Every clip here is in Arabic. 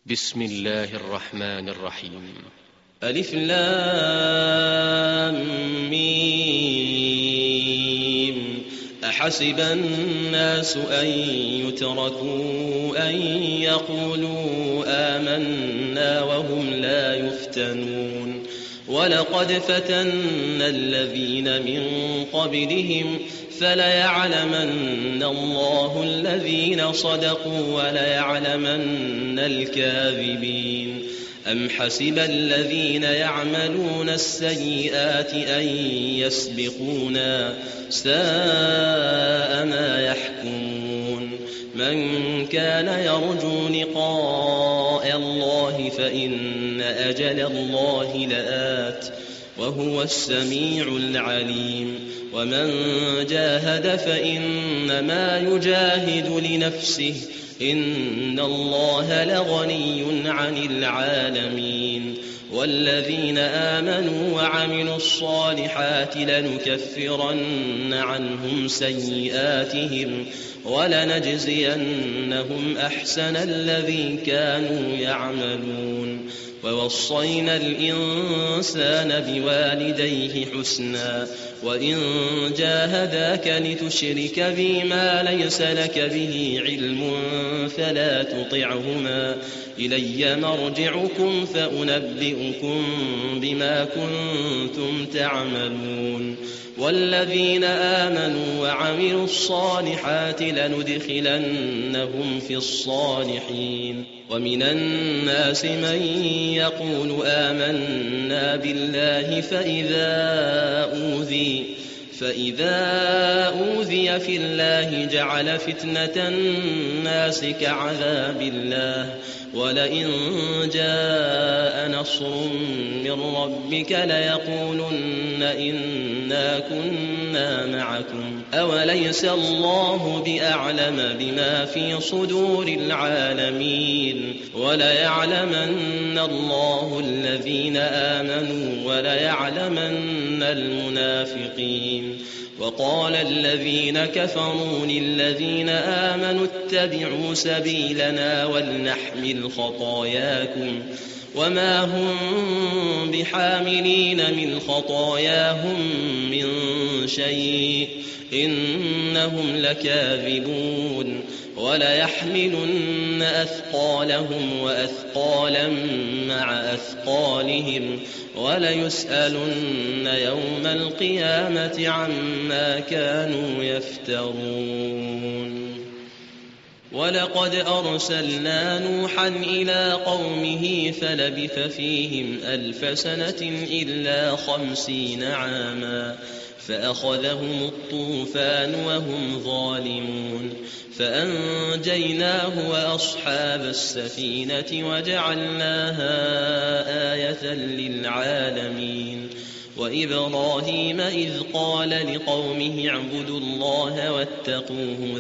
بسم الله الرحمن الرحيم. ألف لام ميم. أحسب الناس أن يتركوا أن يقولوا آمنا وهم لا يفتنون ولقد فتنا الذين من قبلهم فليعلمن الله الذين صدقوا وليعلمن الكاذبين. أم حسب الذين يعملون السيئات أن يسبقونا ساء ما يحكمون. من كان يرجو لقاء الله فإن أجل الله لآت وهو السميع العليم. ومن جاهد فإنما يجاهد لنفسه إن الله لغني عن العالمين. والذين آمنوا وعملوا الصالحات لنكفرن عنهم سيئاتهم ولنجزينهم أحسن الذي كانوا يعملون. ووصينا الإنسان بوالديه حسنا وإن جاهداك لتشرك بي ما ليس لك به علم فلا تطعهما إلي مرجعكم فأنبئكم بما كنتم تعملون. والذين آمنوا وعملوا الصالحات لندخلنهم في الصالحين. ومن الناس من يقول آمنا بالله فإذا أوذي في الله جعل فتنة الناس كعذاب الله ولئن جاء نصر من ربك ليقولن إنا كنا معكم أوليس الله بأعلم بما في صدور العالمين. وليعلمن الله الذين آمنوا وليعلمن المنافقين. وقال الذين كفروا للذين آمنوا اتبعوا سبيلنا ولنحمل خطاياكم وما هم بحاملين من خطاياهم من شيء إنهم لكاذبون. وليحملن أثقالهم وأثقالا مع أثقالهم وليسألن يوم القيامة عما كانوا يفترون. ولقد أرسلنا نوحا إلى قومه فلبث فيهم 1000 سنة إلا 50 عاما فأخذهم الطوفان وهم ظالمون فأنجيناه وأصحاب السفينة وجعلناها آية للعالمين. وإبراهيم إذ قال لقومه اعبدوا الله واتقوه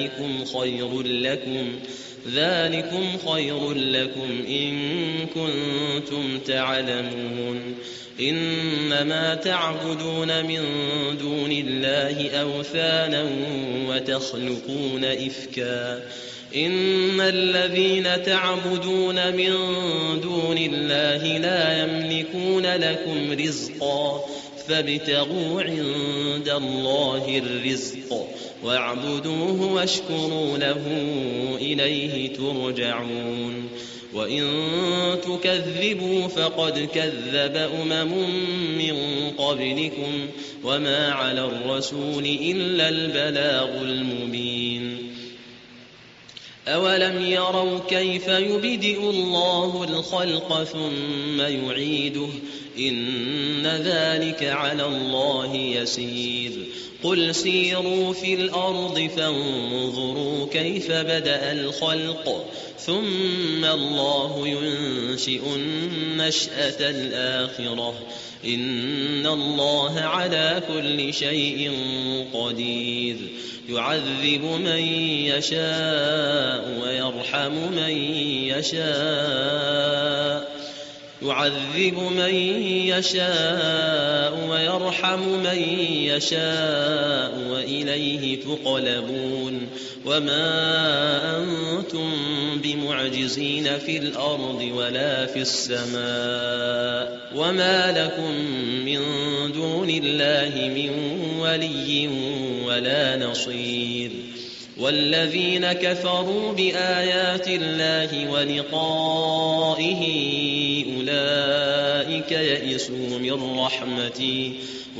ذلكم خير لكم إن كنتم تعلمون. إنما تعبدون من دون الله أوثانا وتخلقون إفكا إن الذين تعبدون من دون الله لا يملكون لكم رزقا فابتغوا عند الله الرزق واعبدوه واشكروا له إليه ترجعون. وإن تكذبوا فقد كذب من قبلكم وما على الرسول إلا البلاغ المبين. أولم يروا كيف يبدئ الله الخلق ثم يعيده إن ذلك على الله يسير. قل سيروا في الأرض فانظروا كيف بدأ الخلق ثم الله ينشئ النشأة الآخرة إن الله على كل شيء قدير. يعذب من يشاء ويرحم من يشاء وإليه تقلبون وما أنتم بمعجزين في الأرض ولا في السماء وما لكم من دون الله من ولي ولا نصير والذين كفروا بآيات الله ولقائه أولئك يئسوا من رحمتي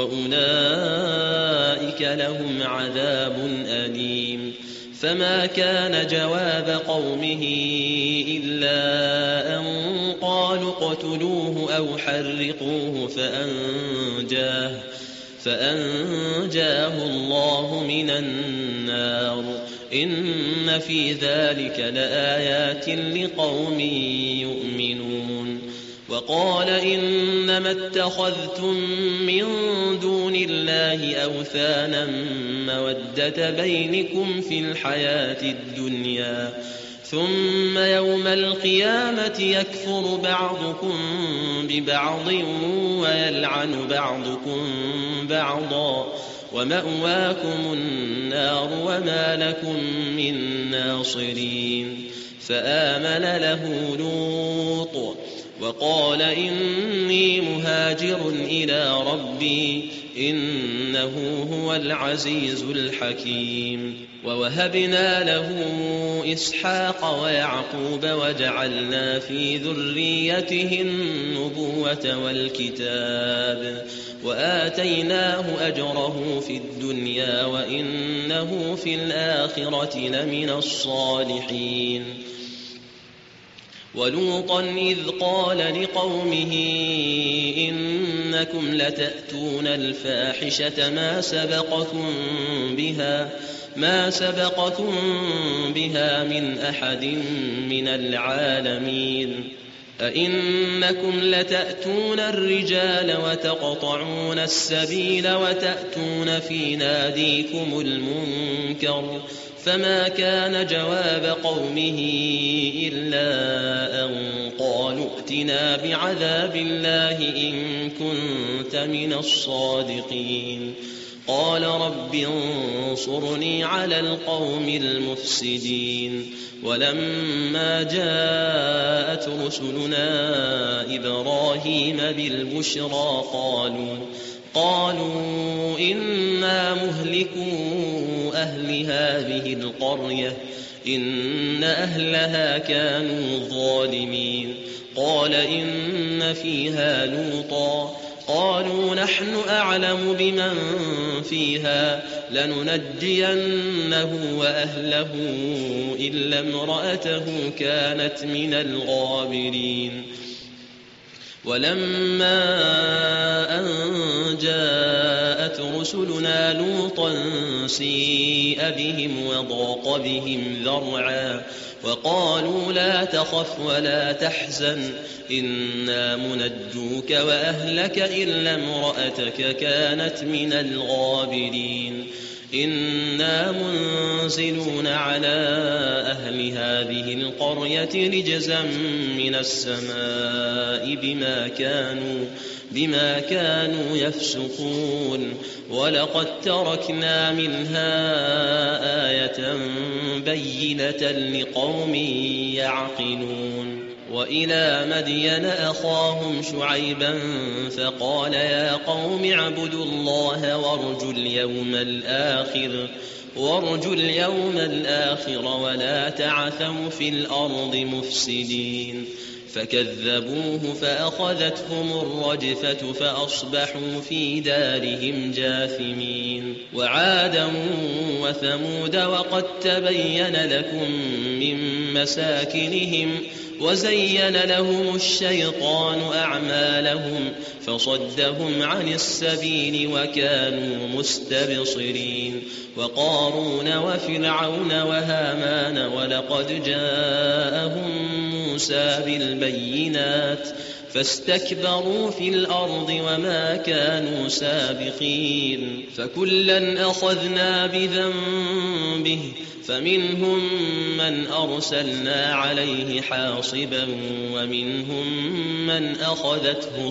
وأولئك لهم عذاب أليم فما كان جواب قومه إلا أن قالوا اقتلوه أو حرقوه فأنجاه الله من النار إن في ذلك لآيات لقوم يؤمنون وقال إنما اتخذتم من دون الله أوثانا مودة بينكم في الحياة الدنيا ثم يوم القيامة يكفر بعضكم ببعض ويلعن بعضكم بعضا ومأواكم النار وما لكم من ناصرين فآمن له لوط وقال إني مهاجر إلى ربي إنه هو العزيز الحكيم ووهبنا له إسحاق ويعقوب وجعلنا في ذريته النبوة والكتاب وآتيناه أجره في الدنيا وإنه في الآخرة لمن الصالحين ولوطا إذ قال لقومه إنكم لتأتون الفاحشة ما سبقكم بها من أحد من العالمين أئنكم لتأتون الرجال وتقطعون السبيل وتأتون في ناديكم المنكر فما كان جواب قومه إلا أن قالوا ائتنا بعذاب الله إن كنت من الصادقين قال رب انصرني على القوم المفسدين ولما جاءت رسلنا إبراهيم بالبشرى قالوا إنا مهلكو أهل هذه القرية إن أهلها كانوا ظالمين قال إن فيها لوطا قالوا نحن أعلم بمن فيها لننجينه وأهله إلا امرأته كانت من الغابرين ولما أن جاءت رسلنا لوطا سيء بهم وضاق بهم ذرعا وقالوا لا تخف ولا تحزن إنا منجوك وأهلك إلا امرأتك كانت من الغابرين إنا منزلون على أهل هذه القرية رجزا من السماء بما كانوا يفسقون ولقد تركنا منها آية بينة لقوم يعقلون وإلى مدين أخاهم شعيبا فقال يا قوم اعبدوا الله وارجوا اليوم الآخر ولا تعثوا في الأرض مفسدين فكذبوه فأخذتهم الرجفة فأصبحوا في دارهم جاثمين وعادا وثمود وقد تبين لكم من مساكنهم وزين لهم الشيطان أعمالهم فصدهم عن السبيل وكانوا مستبصرين وقارون وفرعون وهامان ولقد جاءهم موسى بالبينات فاستكبروا في الأرض وما كانوا سابقين فكلا أخذنا بذنبه فمنهم من أرسلنا عليه حاصبا ومنهم من أخذته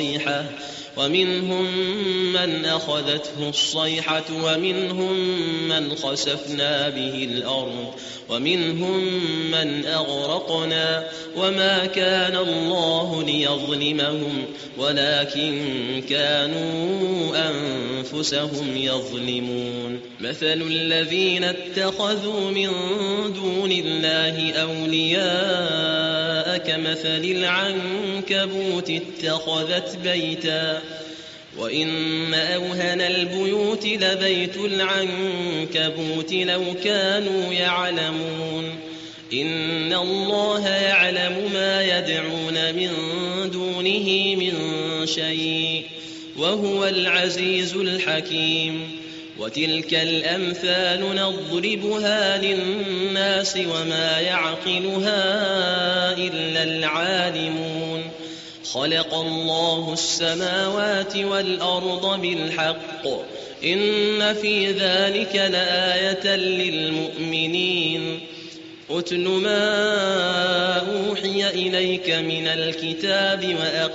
الصيحة ومنهم من خسفنا به الأرض ومنهم من أغرقنا وما كان الله ليظلمهم ولكن كانوا أنفسهم يظلمون مثل الذين اتخذوا من دون الله أولياء كمثل العنكبوت اتخذت بيتا وإن أوهن البيوت لبيت العنكبوت لو كانوا يعلمون إن الله يعلم ما يدعون من دونه من شيء وهو العزيز الحكيم وتلك الأمثال نضربها للناس وما يعقلها إلا العالمون خلق الله السماوات والأرض بالحق إن في ذلك لآية للمؤمنين أتل ما أوحي إليك من الكتاب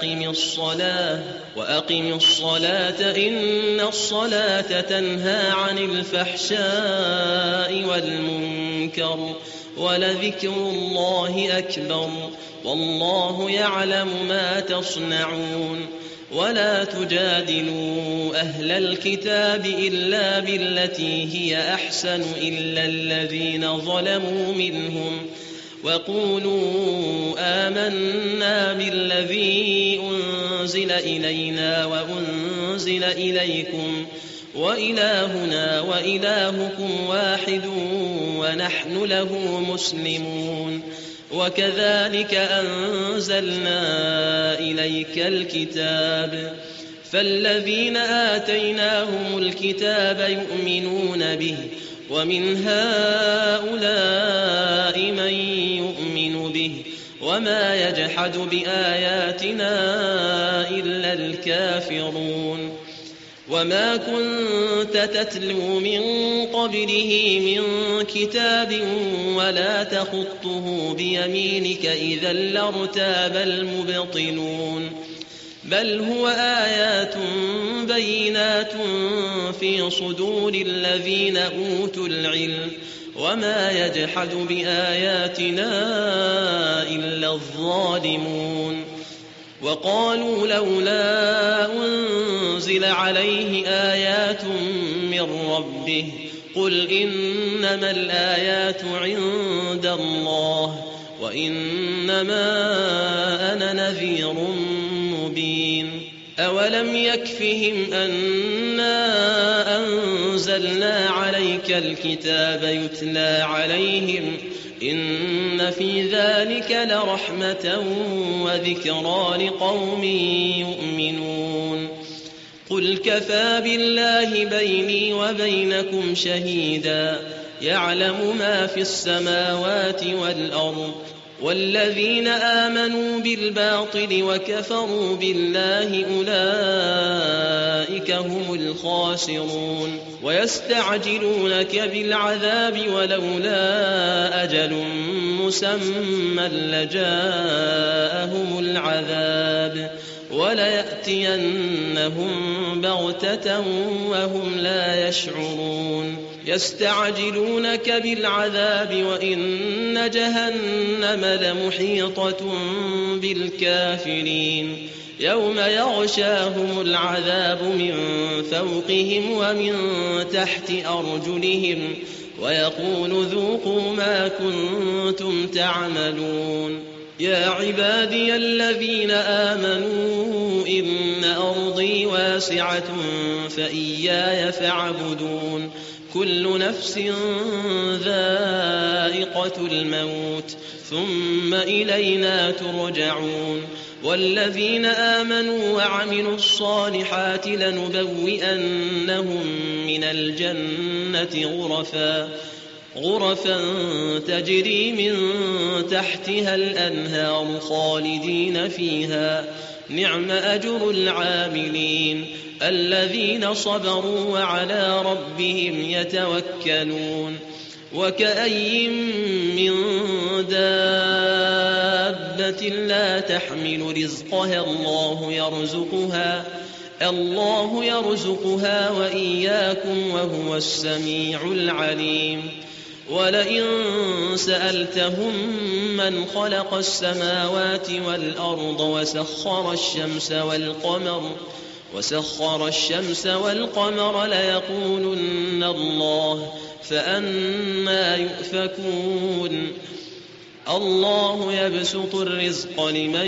وأقم الصلاة إن الصلاة تنهى عن الفحشاء والمنكر ولذكر الله أكبر والله يعلم ما تصنعون ولا تجادلوا أهل الكتاب إلا بالتي هي أحسن إلا الذين ظلموا منهم وقولوا آمنا بالذي أنزل إلينا وأنزل إليكم وإلهنا وإلهكم واحد ونحن له مسلمون وكذلك أنزلنا إليك الكتاب فالذين آتيناهم الكتاب يؤمنون به ومن هؤلاء من يؤمن به وما يجحد بآياتنا إلا الكافرون وما كنت تتلو من قبله من كتاب ولا تخطه بيمينك إذا لارتاب المبطلون بل هو آيات بينات في صدور الذين أوتوا العلم وما يجحد بآياتنا إلا الظالمون وقالوا لولا أنزل عليه آيات من ربه قل إنما الآيات عند الله وإنما أنا نذير مبين أولم يكفهم أنا أنزلنا عليك الكتاب يتلى عليهم إن في ذلك لرحمة وذكرى لقوم يؤمنون قل كفى بالله بيني وبينكم شهيدا يعلم ما في السماوات والأرض والذين آمنوا بالباطل وكفروا بالله أولئك هم الخاسرون ويستعجلونك بالعذاب ولولا أجل مسمى لجاءهم العذاب وليأتينهم بغتة وهم لا يشعرون يستعجلونك بالعذاب وإن جهنم لمحيطة بالكافرين يوم يغشاهم العذاب من فوقهم ومن تحت أرجلهم ويقول ذوقوا ما كنتم تعملون يا عبادي الذين آمنوا إن أرضي واسعة فإياي فاعبدون كل نفس ذائقة الموت ثم إلينا ترجعون والذين آمنوا وعملوا الصالحات لنبوئنهم من الجنة غرفا تجري من تحتها الأنهار خالدين فيها نعم أجر العاملين الذين صبروا وعلى ربهم يتوكلون وكأي من دابة لا تحمل رزقها الله يرزقها وإياكم وهو السميع العليم. ولئن سألتهم من خلق السماوات والأرض وسخر الشمس والقمر ليقولن الله، فأنى يؤفكون. الله يبسط الرزق لمن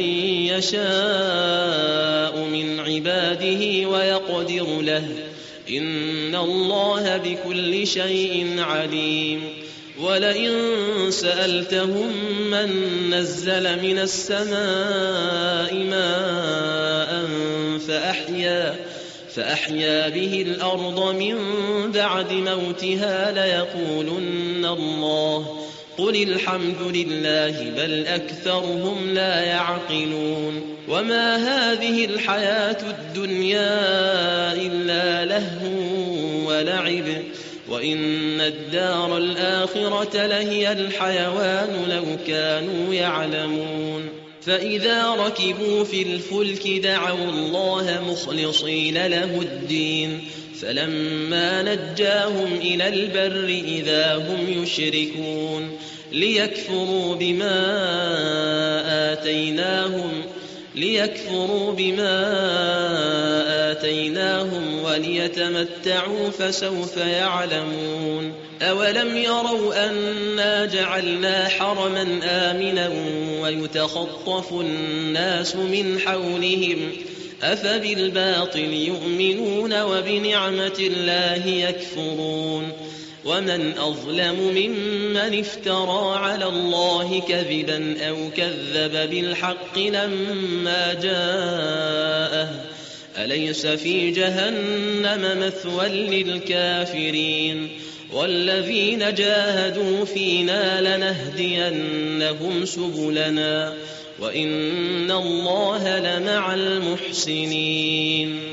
يشاء من عباده ويقدر له، إن الله بكل شيء عليم. ولئن سألتهم من نزل من السماء ماء فأحيا به الأرض من بعد موتها ليقولن الله، قل الحمد لله بل أكثرهم لا يعقلون. وما هذه الحياة الدنيا إلا لهو ولعب، وإن الدار الآخرة لهي الحيوان لو كانوا يعلمون. فإذا ركبوا في الفلك دعوا الله مخلصين له الدين، فلما نجاهم إلى البر إذا هم يشركون، ليكفروا بما آتيناهم وليتمتعوا فسوف يعلمون. أولم يروا أنا جعلنا حرما آمنا ويتخطف الناس من حولهم، أفبالباطل يؤمنون وبنعمة الله يكفرون. ومن أظلم ممن افترى على الله كذبا أو كذب بالحق لما جاءه، أليس في جهنم مثوى للكافرين؟ والذين جاهدوا فينا لنهدينهم سبلنا وإن الله لمع المحسنين.